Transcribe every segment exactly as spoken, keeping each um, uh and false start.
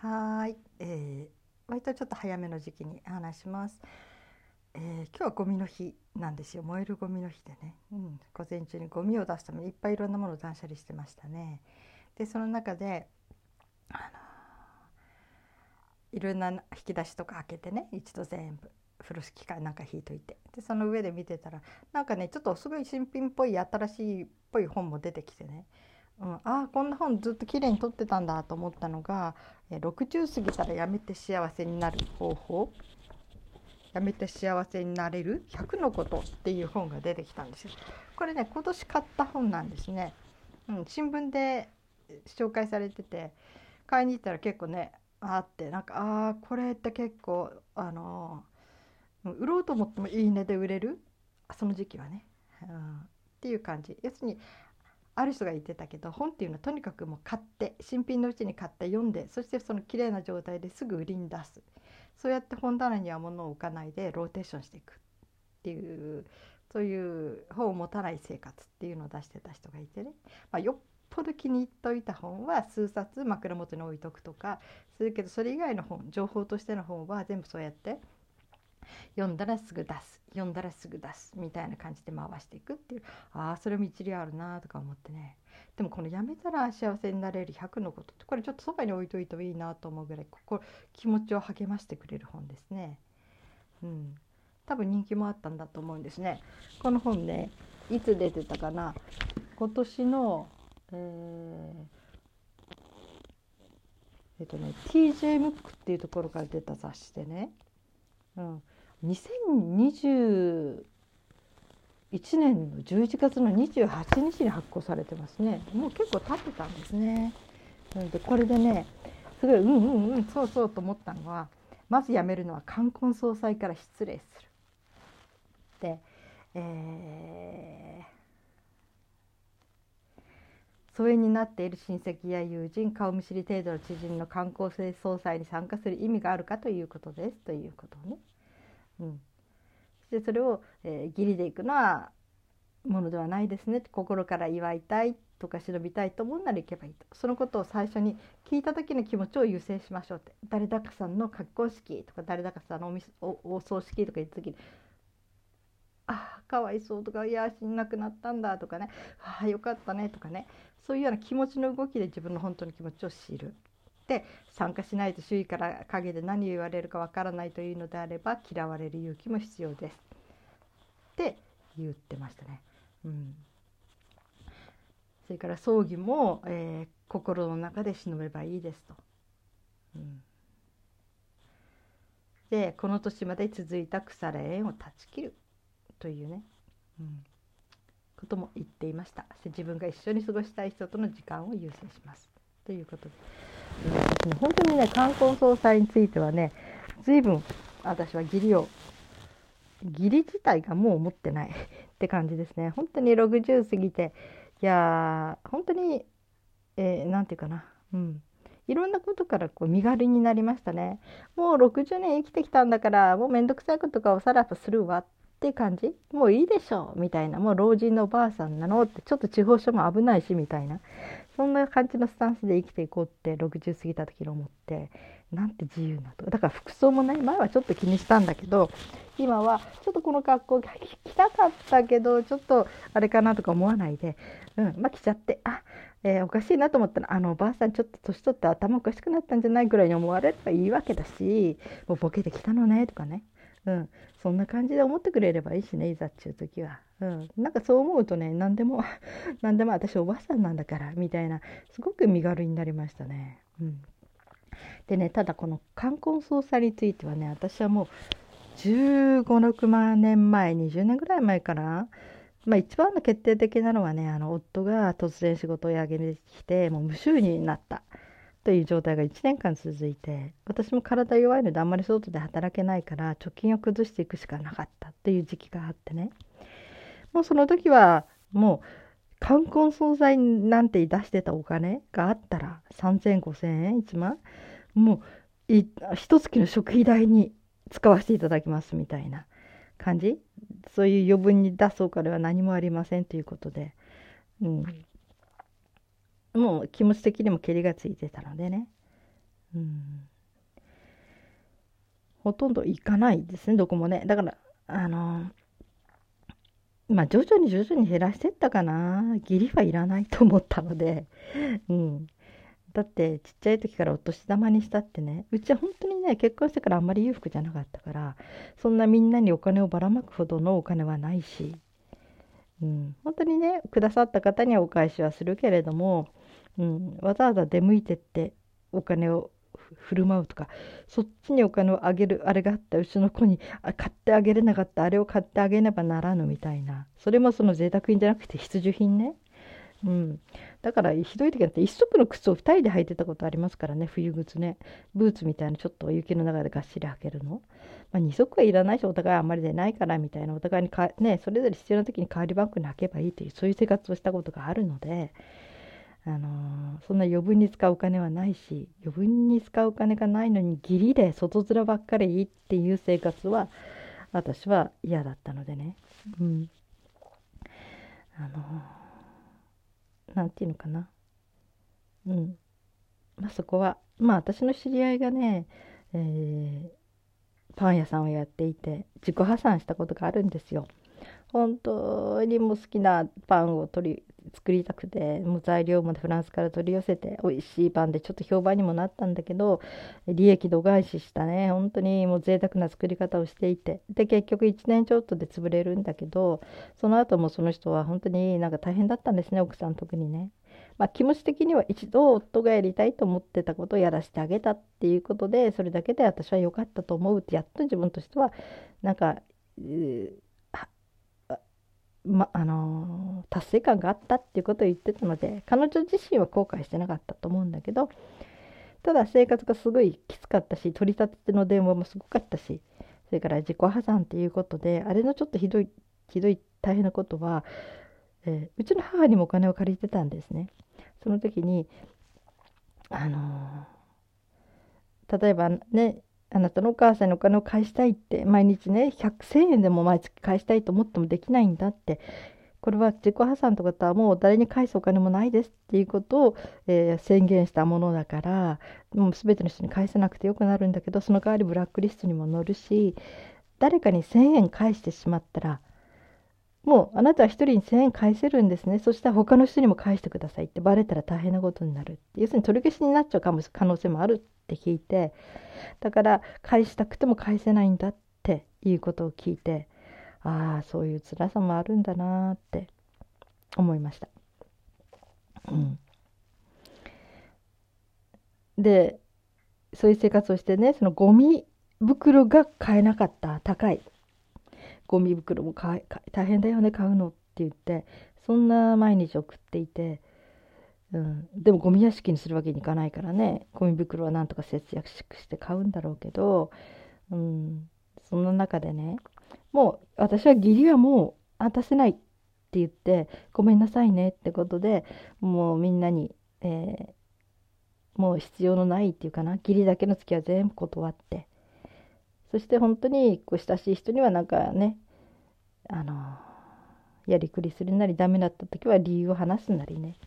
はーい、えー、割とちょっと早めの時期に話します。えー、今日はゴミの日なんですよ。燃えるゴミの日でね、うん、午前中にゴミを出すためにいっぱいいろんなものを断捨離してましたね。でその中であのいろんな引き出しとか開けてね、一度全部風呂敷かなんか引いといて、でその上で見てたらなんかね、ちょっとすごい新品っぽい新しいっぽい本も出てきてね、うん、ああこんな本ずっと綺麗に撮ってたんだと思ったのが、えろくじゅう過ぎたらやめて幸せになる方法、やめて幸せになれるひゃくのことっていう本が出てきたんですよ。これね、今年買った本なんですね。うん、新聞で紹介されてて、買いに行ったら結構ねあってなんか、ああこれって結構あの売ろうと思ってもいい値で売れる、その時期はね、うん、っていう感じ。要するにある人が言ってたけど、本っていうのはとにかくもう買って新品のうちに買って読んで、そしてその綺麗な状態ですぐ売りに出す、そうやって本棚には物を置かないでローテーションしていくっていう、そういう本を持たない生活っていうのを出してた人がいてね、まあ、よっぽど気に入っといた本は数冊枕元に置いとくとかするけど、それ以外の本、情報としての本は全部そうやって読んだらすぐ出す、読んだらすぐ出すみたいな感じで回していくっていう、ああそれも一理あるなとか思ってね。でもこのやめたら幸せになれるひゃくのことって、これちょっとそばに置いといてもいいなと思うぐらい、ここ気持ちを励ましてくれる本ですね。うん、多分人気もあったんだと思うんですね。この本ね、いつ出てたかな、今年のえー、えっとね ティージェー ムックっていうところから出た雑誌でね、うん、にせんにじゅういちねんのじゅういちがつのにじゅうはちにちに発行されてますね。もう結構経ってたんですね。でこれでね、すごいうんうんうんそうそうと思ったのは、まずやめるのは冠婚葬祭から失礼する。で、えー、疎遠になっている親戚や友人、顔見知り程度の知人の冠婚葬祭に参加する意味があるかということですということをね、うん、でそれを、えー、義理でいくのはものではないですね、心から祝いたいとか忍びたいと思うなら行けばいいと。そのことを最初に聞いた時の気持ちを優先しましょうって、誰だかさんの結婚式とか誰だかさんのおみおお葬式とか言った時に、ああかわいそうとか、いや死んなくなったんだとかね、ああよかったねとかね、そういうような気持ちの動きで自分の本当の気持ちを知る。で参加しないと周囲から陰で何を言われるかわからないというのであれば、嫌われる勇気も必要ですって言ってましたね。うん、それから葬儀も、えー、心の中で忍べばいいですと。うん、でこの年まで続いた腐れ縁を断ち切るというね、うん、ことも言っていました。自分が一緒に過ごしたい人との時間を優先しますということで、私ね本当にね、冠婚葬祭についてはね、随分私は義理を義理自体がもう持ってないって感じですね。本当にろくじゅう過ぎて、いやー本当に、えー、なんていうかな、うん、いろんなことからこう身軽になりましたね。もうろくじゅうねん生きてきたんだから、もうめんどくさいことがおさらばするわって感じ、もういいでしょうみたいな、もう老人のおばあさんなのって、ちょっと地方所も危ないしみたいな、そんな感じのスタンスで生きていこうってろくじゅう過ぎた時に思って、なんて自由なと。だから服装もね、前はちょっと気にしたんだけど、今はちょっとこの格好着たかったけどちょっとあれかなとか思わないで、うん、まあ着ちゃって、あ、えー、おかしいなと思ったら、あのおばあさんちょっと年取って頭おかしくなったんじゃないぐらいに思われればいいわけだし、もうボケてきたのねとかね、うん、そんな感じで思ってくれればいいしね、いざっちゅう時は。うん、なんかそう思うとね、何でも何でも私おばあさんなんだからみたいな、すごく身軽になりましたね。うん、でね、ただこの冠婚葬祭についてはね、私はもうじゅうご、ろくまん年前、にじゅうねんぐらい前かな。まあ一番の決定的なのはね、あの夫が突然仕事を辞めてきて、もう無収入になったという状態がいちねんかん続いて、私も体弱いのであんまり外で働けないから貯金を崩していくしかなかったっていう時期があってね、もうその時はもう冠婚葬祭なんて出してたお金があったらさんぜんごせんえん、いちまん、もうい一月の食費代に使わせていただきますみたいな感じ、そういう余分に出すお金は何もありませんということで、うん、もう気持ち的にもけりがついてたのでね、 うん、ほとんど行かないですね、どこもね。だからあのまあ徐々に徐々に減らしてったかな。義理はいらないと思ったので、うん、だってちっちゃい時からお年玉にしたってね、うちは本当にね、結婚してからあんまり裕福じゃなかったから、そんなみんなにお金をばらまくほどのお金はないし、うん、本当にね、くださった方にはお返しはするけれども、うん、わざわざ出向いてってお金をふ振る舞うとか、そっちにお金をあげるあれがあったうちの子にあ買ってあげれなかったあれを買ってあげねばならぬみたいな、それもその贅沢品じゃなくて必需品ね。うん、だからひどい時だって一足の靴をふたりで履いてたことありますからね、冬靴ね。ブーツみたいなちょっと雪の中でがっしり履けるの、まあ、に足はいらないしお互いあんまり出ないからみたいな、お互いにか、ね、それぞれ必要な時に代わりバッグに履けばいいという、そういう生活をしたことがあるので、あのーそんな余分に使うお金はないし、余分に使うお金がないのに義理で外面ばっかりいいっていう生活は私は嫌だったのでね。うん、あのーなんていうのかな。うん、まあ、そこはまあ私の知り合いがね、えーパン屋さんをやっていて自己破産したことがあるんですよ。本当にもう好きなパンを取り作りたくて、もう材料もフランスから取り寄せて美味しいパンでちょっと評判にもなったんだけど、利益度外視したね、本当にもう贅沢な作り方をしていて、で結局いちねんちょっとで潰れるんだけど、その後もその人は本当になんか大変だったんですね、奥さん特にね。まあ、気持ち的には一度夫がやりたいと思ってたことをやらせてあげたっていうことで、それだけで私は良かったと思うって、やっと自分としてはなんか、うーま、あのー達成感があったっていうことを言ってたので、彼女自身は後悔してなかったと思うんだけど、ただ生活がすごいきつかったし、取り立ての電話もすごかったし、それから自己破産っていうことで、あれのちょっとひどいひどい大変なことは、えーうちの母にもお金を借りてたんですね。その時にあのー例えばね、あなたのお母さんにお金を返したいって、毎日ねひゃくせんえんでも毎月返したいと思ってもできないんだって、これは自己破産ということはもう誰に返すお金もないですっていうことを、えー宣言したものだから、もう全ての人に返さなくてよくなるんだけど、その代わりブラックリストにも載るし、誰かにせんえん返してしまったら、もうあなたは一人にせんえん返せるんですね。そしたら他の人にも返してくださいってバレたら大変なことになるって。要するに取り消しになっちゃうかも可能性もあるって聞いて、だから返したくても返せないんだっていうことを聞いて、ああ、そういう辛さもあるんだなーって思いました。うん、で、そういう生活をしてね、そのゴミ袋が買えなかった、高いゴミ袋も買い買い大変だよね買うのって言って、そんな毎日送っていて、うん、でもゴミ屋敷にするわけにいかないからね、ゴミ袋はなんとか節約して買うんだろうけど、うん、そんな中でね、もう私は義理はもう渡せないって言って、ごめんなさいねってことで、もうみんなに、えーもう必要のないっていうかな、義理だけの付き合いは全部断って、そして本当にこう親しい人にはなんかね、あのやりくりするなり、ダメだった時は理由を話すなりね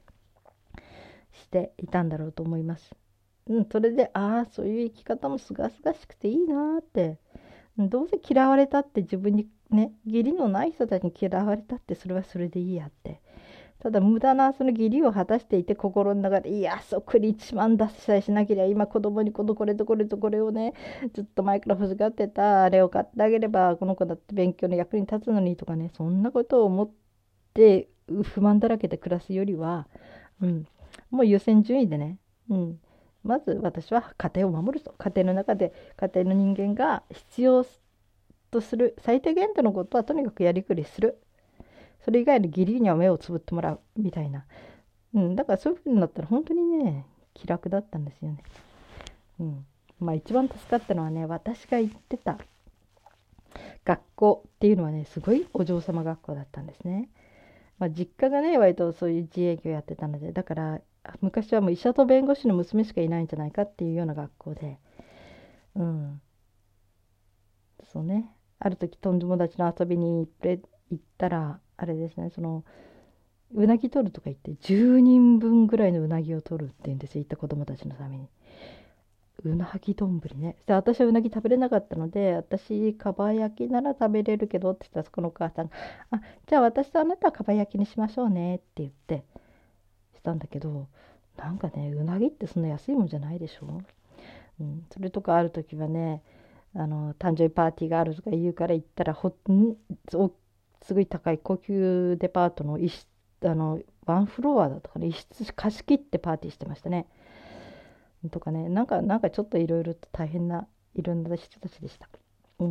していたんだろうと思います。うん、それで、ああそういう生き方もすがすがしくていいなーって、どうせ嫌われたって自分にね、義理のない人たちに嫌われたってそれはそれでいいやって。ただ無駄なその義理を果たしていて、心の中でいやそこにいちまん出しさえしなければ、今子供にこのこれとこれとこれをね、ずっと前から欲しがってたあれを買ってあげればこの子だって勉強の役に立つのにとかね、そんなことを思って不満だらけで暮らすよりは、うん、もう優先順位でね、うん、まず私は家庭を守ると、家庭の中で家庭の人間が必要とする最低限度のことはとにかくやりくりする、それ以外の義理には目をつぶってもらうみたいな、うん、だからそういうふうになったら本当にね気楽だったんですよね。うん、まあ一番助かったのはね、私が行ってた学校っていうのはねすごいお嬢様学校だったんですね。まあ、実家がね割とそういう自営業やってたので、だから昔はもう医者と弁護士の娘しかいないんじゃないかっていうような学校で、うん、そうね、ある時友達の遊びに行って行ったらあれですね、そのうなぎ取るとか言ってじゅうにんぶんぐらいのうなぎを取るって言うんですよ、行った子供たちのために。 うなぎ丼ね。で私はうなぎ食べれなかったので、私かば焼きなら食べれるけどって言ったら、そこのお母さんが「あ、じゃあ私とあなたはかば焼きにしましょうね」って言ってしたんだけど、なんかね、うなぎってそんな安いもんじゃないでしょ。うん、それとかある時はね、あの誕生日パーティーがあるとか言うから行ったら、ほんおすごい高い高級デパートの一室、あのワンフロアだとかね、一室貸し切ってパーティーしてましたね。とかね、なんかなんかちょっといろいろと大変ないろんな人たちでした。うん、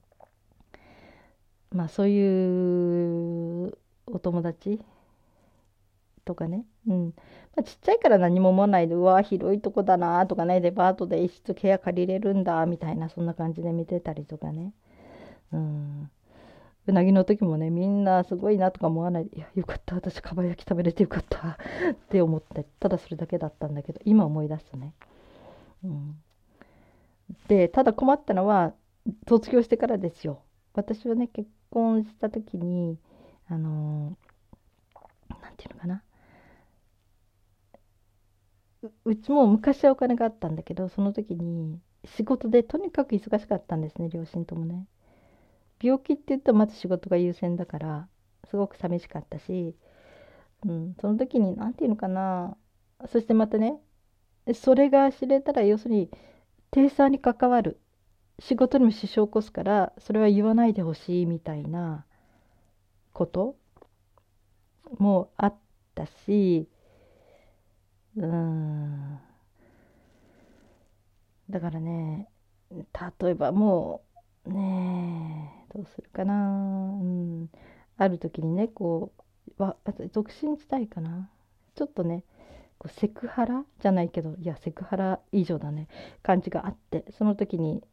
まあそういうお友達とかね、うん、まあ、ちっちゃいから何も思わないで、うわ広いとこだなとかね、デパートで一室部屋借りれるんだみたいな、そんな感じで見てたりとかね、うん、うなぎの時もね、みんなすごいなとか思わないで、いやよかった、私かば焼き食べれてよかったって思って、ただそれだけだったんだけど、今思い出すとね、うん、でただ困ったのは卒業してからですよ。私はね、結婚した時に、あのーなんていうのかな、ううちも昔はお金があったんだけど、その時に仕事でとにかく忙しかったんですね、両親ともね。病気って言うとまず仕事が優先だから、すごく寂しかったし、うん、その時に何ていうのかな、そしてまたね、それが知れたら、要するに体裁に関わる仕事にも支障を起こすから、それは言わないでほしいみたいなこともあったし、うーん、だからね、例えばもうねえ、どうするかな、うん、ある時にね、こうわ独身時代かな、ちょっとね、こうセクハラじゃないけど、いやセクハラ以上だね、感じがあって、その時に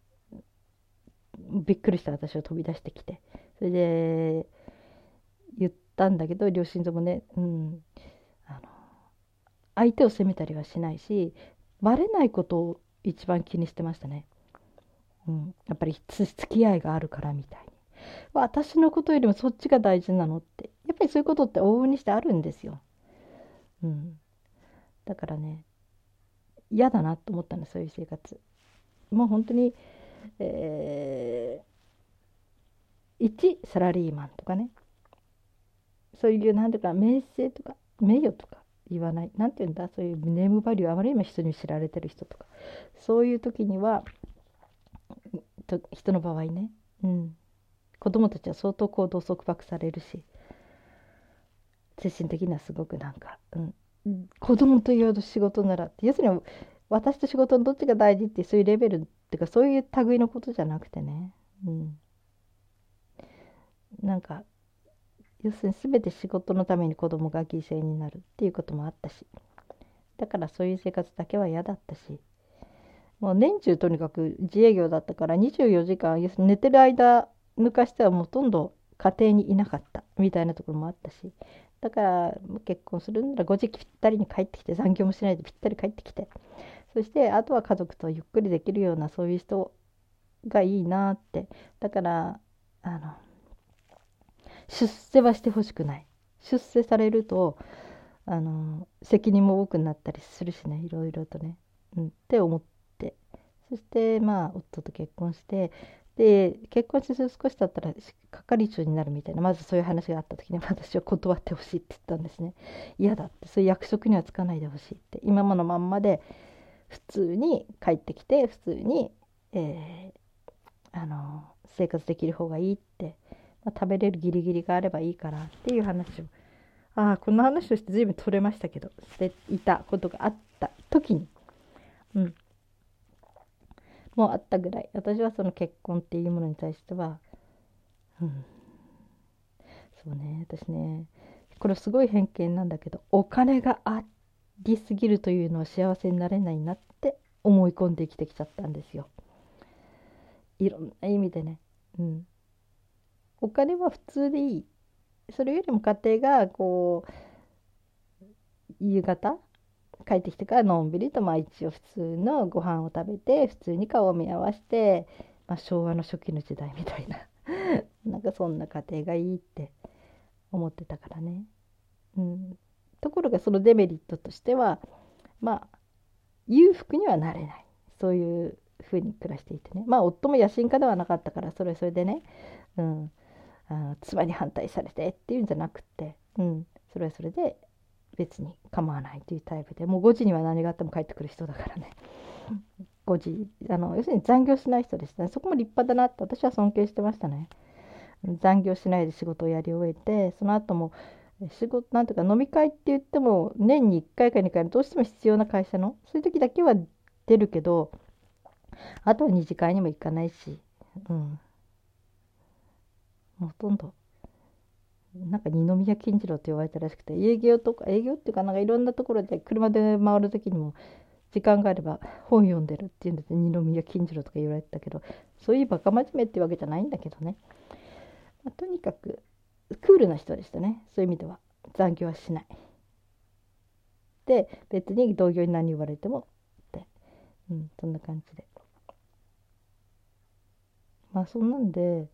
びっくりした私は飛び出してきて、それで言ったんだけど、両親ともね、うん、あの相手を責めたりはしないし、バレないことを一番気にしてましたね。うん、やっぱりつ付き合いがあるからみたいに、私のことよりもそっちが大事なのって、やっぱりそういうことって往々にしてあるんですよ。うん、だからね、嫌だなと思ったの、そういう生活。もう本当に、えー、一サラリーマンとかね、そういうなんていうか名声とか名誉とか言わない、なんていうんだ、そういうネームバリューあまりにも人に知られてる人とか、そういう時にはと人の場合ね、うん、子供たちは相当行動束縛されるし、精神的にはすごくなんか、うん、子供という仕事ならって、要するに私と仕事のどっちが大事って、そういうレベルっていうか、そういう類のことじゃなくてね、うん、なんか要するに全て仕事のために子供が犠牲になるっていうこともあったし、だからそういう生活だけは嫌だったし、もう年中とにかく自営業だったから、にじゅうよじかん要するに寝てる間抜かしてはほとんど家庭にいなかったみたいなところもあったし、だから結婚するならごじぴったりに帰ってきて、残業もしないでぴったり帰ってきて、そしてあとは家族とゆっくりできるような、そういう人がいいなって。だからあの出世はしてほしくない。出世されるとあの責任も多くなったりするしね、いろいろとね、うん、って思って、そしてまあ夫と結婚して、で結婚して少し経ったら係長になるみたいな、まずそういう話があった時に、私は断ってほしいって言ったんですね。嫌だって、そういう役職には就かないでほしいって、今のまんまで普通に帰ってきて普通に、えーあの生活できる方がいいって、まあ、食べれるギリギリがあればいいからっていう話を、ああこんな話をして随分取れましたけど、していたことがあった時に、うん、もうあったぐらい、私はその結婚っていうものに対しては、うん、そうね、私ね、これすごい偏見なんだけど、お金がありすぎるというのは幸せになれないなって思い込んで生きてきちゃったんですよ。いろんな意味でね。うん、お金は普通でいい。それよりも家庭がこう夕方帰ってきてからのんびりと、まあ一応普通のご飯を食べて普通に顔を見合わせて、まあ、昭和の初期の時代みたいななんかそんな家庭がいいって思ってたからね。うん、ところがそのデメリットとしては、まあ裕福にはなれない。 そういうふうに暮らしていてね、まあ夫も野心家ではなかったから、それそれでね、うん、あ妻に反対されてっていうんじゃなくって、うん、それはそれで別に構わないというタイプで、もうごじには何があっても帰ってくる人だからね。ごじ、あの要するに残業しない人でしたね。そこも立派だなって私は尊敬してましたね。残業しないで仕事をやり終えて、その後も仕事なんとか飲み会って言っても年にいっかいかにかいのどうしても必要な会社のそういう時だけは出るけど、あとは二次会にも行かないし、うん、ほとんどなんか二宮金次郎って言われたらしくて、営業とか営業っていうかなんかいろんなところで車で回る時にも時間があれば本読んでるっていうんで二宮金次郎とか言われてたけど、そういうバカ真面目っていうわけじゃないんだけどね、まあ、とにかくクールな人でしたね。そういう意味では残業はしないで、別に同業に何言われてもって、うん、そんな感じで、まあそんなんで、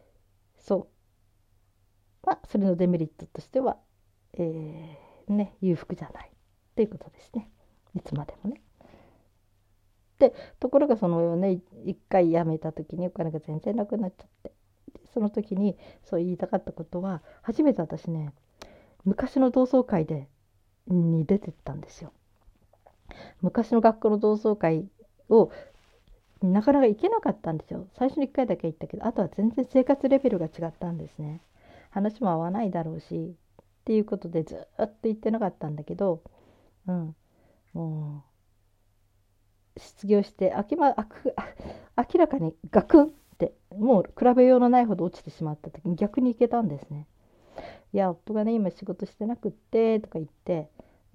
そうまあそれのデメリットとしては、えー、ね裕福じゃないっていうことですね、いつまでもね。でところがそのね一回辞めた時にお金が全然なくなっちゃって、その時にそう言いたかったことは、初めて私ね昔の同窓会でに出てったんですよ。昔の学校の同窓会をなかなか行けなかったんですよ。最初にいっかいだけ行ったけど、あとは全然生活レベルが違ったんですね。話も合わないだろうしっていうことでずっと行ってなかったんだけど、うん、もう失業してあき、ま、あくあ明らかにガクンってもう比べようのないほど落ちてしまった時に逆に行けたんですね。いや夫がね今仕事してなくってとか言って、うん、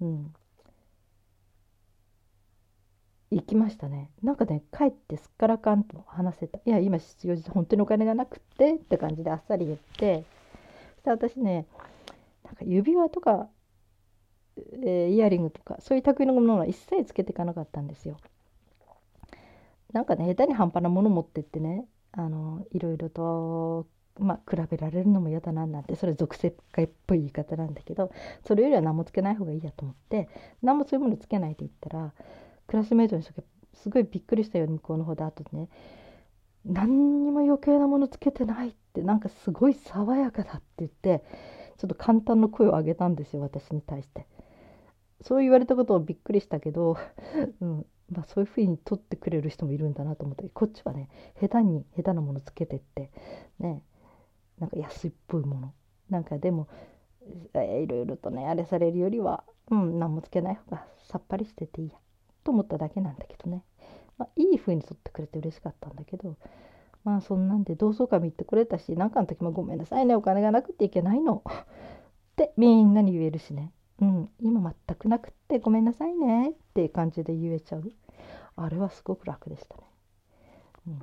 行きましたね。なんかね帰ってすっからかんと話せた。いや今失業して本当にお金がなくってって感じであっさり言って、そして私ねなんか指輪とか、えーイヤリングとかそういう類のものは一切つけていかなかったんですよ。なんかね下手に半端なもの持ってってね、あのいろいろとまあ比べられるのも嫌だななんて、それ属性っぽい言い方なんだけど、それよりは何もつけない方がいいやと思って何もそういうものつけないで言ったら、クラスメートの人がすごいびっくりしたように向こうの方で後でね、何にも余計なものつけてないって、なんかすごい爽やかだって言って、ちょっと簡単な声を上げたんですよ私に対して。そう言われたことをびっくりしたけど、うんまあ、そういうふうに取ってくれる人もいるんだなと思って、こっちはね下手に下手なものつけてってね、なんか安いっぽいものなんかでも、えーいろいろとねあれされるよりは、うん、何もつけない方がさっぱりしてていいやと思っただけなんだけどね、まあ、いいふうに取ってくれて嬉しかったんだけど、まあそんなんで同窓会も行ってくれたし、なんかの時もごめんなさいねお金がなくていけないのってみんなに言えるしね、うん、今全くなくってごめんなさいねっていう感じで言えちゃう。あれはすごく楽でしたね。うん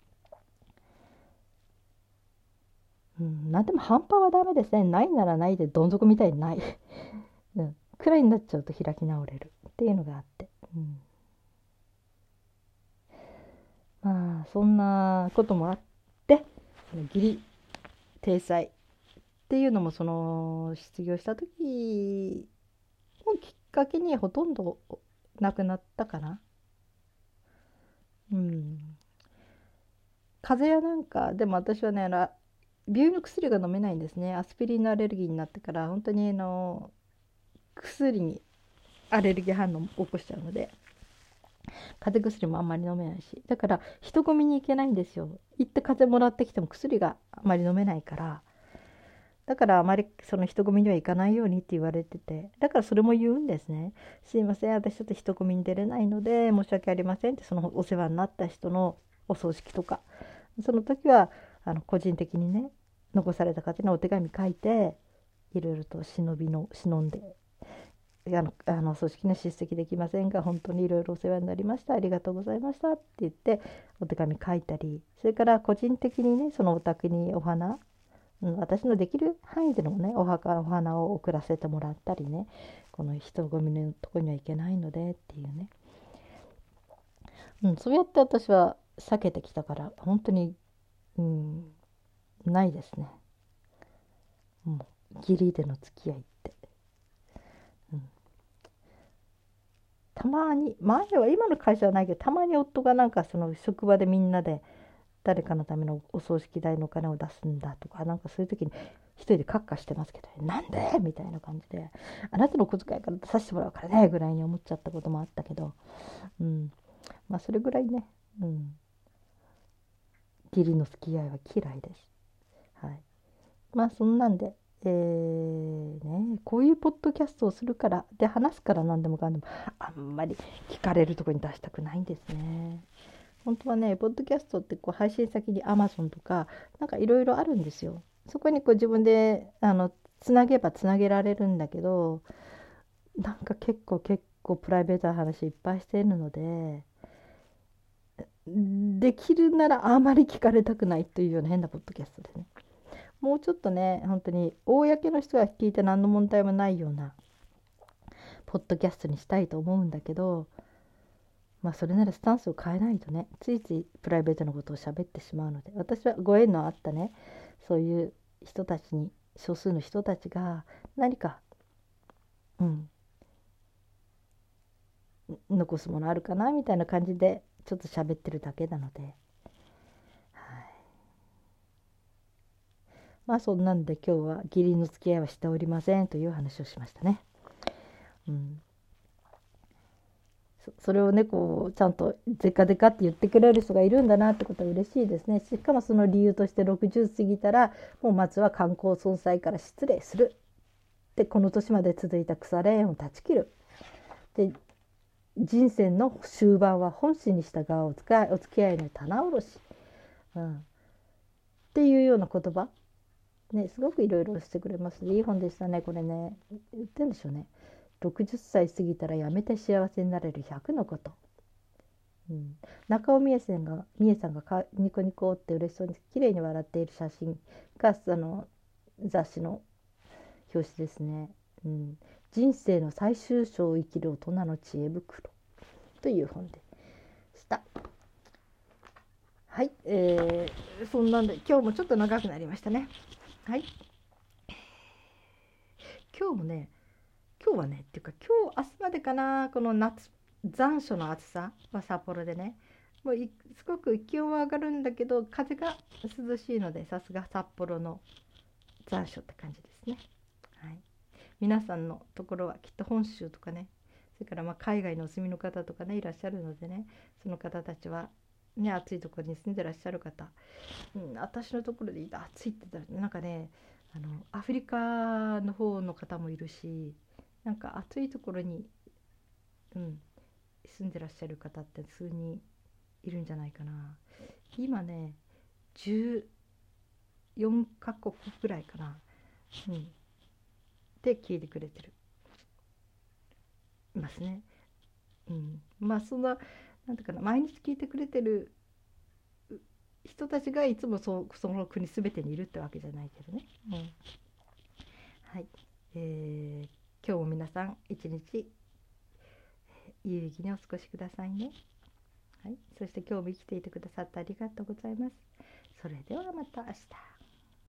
うん、なんでも半端はダメですね。ないならないでどん底みたいにない、うん、くらいになっちゃうと開き直れるっていうのがあって、うん、まあそんなこともあって、義理体裁っていうのもその失業した時をきっかけにほとんどなくなったかな。うん、風邪やなんかでも私はねあの病院の薬が飲めないんですね。アスピリンのアレルギーになってから本当にあの薬にアレルギー反応を起こしちゃうので、風邪薬もあんまり飲めないし、だから人混みに行けないんですよ。行って風邪もらってきても薬があまり飲めないから、だからあまりその人混みには行かないようにって言われてて、だからそれも言うんですね。すいません私ちょっと人混みに出れないので申し訳ありませんって、そのお世話になった人のお葬式とかその時はあの個人的にね残された方にお手紙書いて、いろいろと忍びの忍んで、あのあの組織に出席できませんが本当にいろいろお世話になりましたありがとうございましたって言ってお手紙書いたり、それから個人的にねそのお宅にお花、うん、私のできる範囲でのねお墓お花を送らせてもらったりね、この人混みのとこには行けないのでっていうね、うん、そうやって私は避けてきたから本当に、うん、ないですね。もう義理での付き合いって、うん、 たまに前は今の会社はないけどたまに夫がなんかその職場でみんなで誰かのためのお葬式代のお金を出すんだとかなんかそういう時に一人でカッカしてますけど、ね、なんでみたいな感じであなたの小遣いから出させてもらうからねぐらいに思っちゃったこともあったけど、うん、まあそれぐらいね、うん、義理の付き合いは嫌いです。はい、まあそんなんで、えーね、こういうポッドキャストをするからで話すから何でもかんでもあんまり聞かれるところに出したくないんですね。本当はねポッドキャストってこう配信先に アマゾン とかなんかいろいろあるんですよ。そこにこう自分であのつなげばつなげられるんだけど、なんか結構結構プライベートな話いっぱいしているので、できるならあまり聞かれたくないというような変なポッドキャストでね、もうちょっとね本当に公の人が聞いて何の問題もないようなポッドキャストにしたいと思うんだけど、まあそれならスタンスを変えないとねついついプライベートなことを喋ってしまうので、私はご縁のあったねそういう人たちに少数の人たちが何か、うん、残すものあるかなみたいな感じでちょっと喋ってるだけなので、はい、まあそんなんで今日は義理の付き合いはしておりませんという話をしましたね。うん、そそれをねこうちゃんとデカデカって言ってくれる人がいるんだなってことは嬉しいですね。しかもその理由としてろくじゅう過ぎたらもうまずは冠婚葬祭から失礼するで、この年まで続いた腐れ縁を断ち切るで、人生の終盤は本心に従うお付き合いお付き合いの棚卸し、うん、っていうような言葉ね、すごくいろいろしてくれます。いい本でしたねこれね。言ってるんでしょうね。ろくじゅっさい過ぎたらやめて幸せになれるひゃくのこと。うん、中尾美恵さんが美恵さんがかニコニコって嬉しそうに綺麗に笑っている写真があの雑誌の表紙ですね。うん、人生の最終章を生きる大人の知恵袋という本でした。はい、えー、そんなんで今日もちょっと長くなりましたね。はい、今日もね今日はねっていうか今日明日までかな、この夏残暑の暑さは札幌でねもういすごく気温は上がるんだけど風が涼しいので、さすが札幌の残暑って感じですね。はい、皆さんのところはきっと本州とかね、それからまあ海外にお住みの方とかねいらっしゃるのでね、その方たちはね暑いところに住んでらっしゃる方、うん、私のところで暑いって言ったらなんかねあのアフリカの方の方もいるし、なんか暑いところに、うん、住んでらっしゃる方って数人いるんじゃないかな。今ねじゅうよんカ国ぐらいかな、うん、で聞いてくれてるいますね。うん、まあそんななんていうかな、毎日聞いてくれてる人たちがいつもそその国全てにいるってわけじゃないけどね。うん、はい、えー、今日も皆さん一日有意義にお過ごしくださいね。はい、そして今日も生きていてくださってありがとうございます。それではまた明日。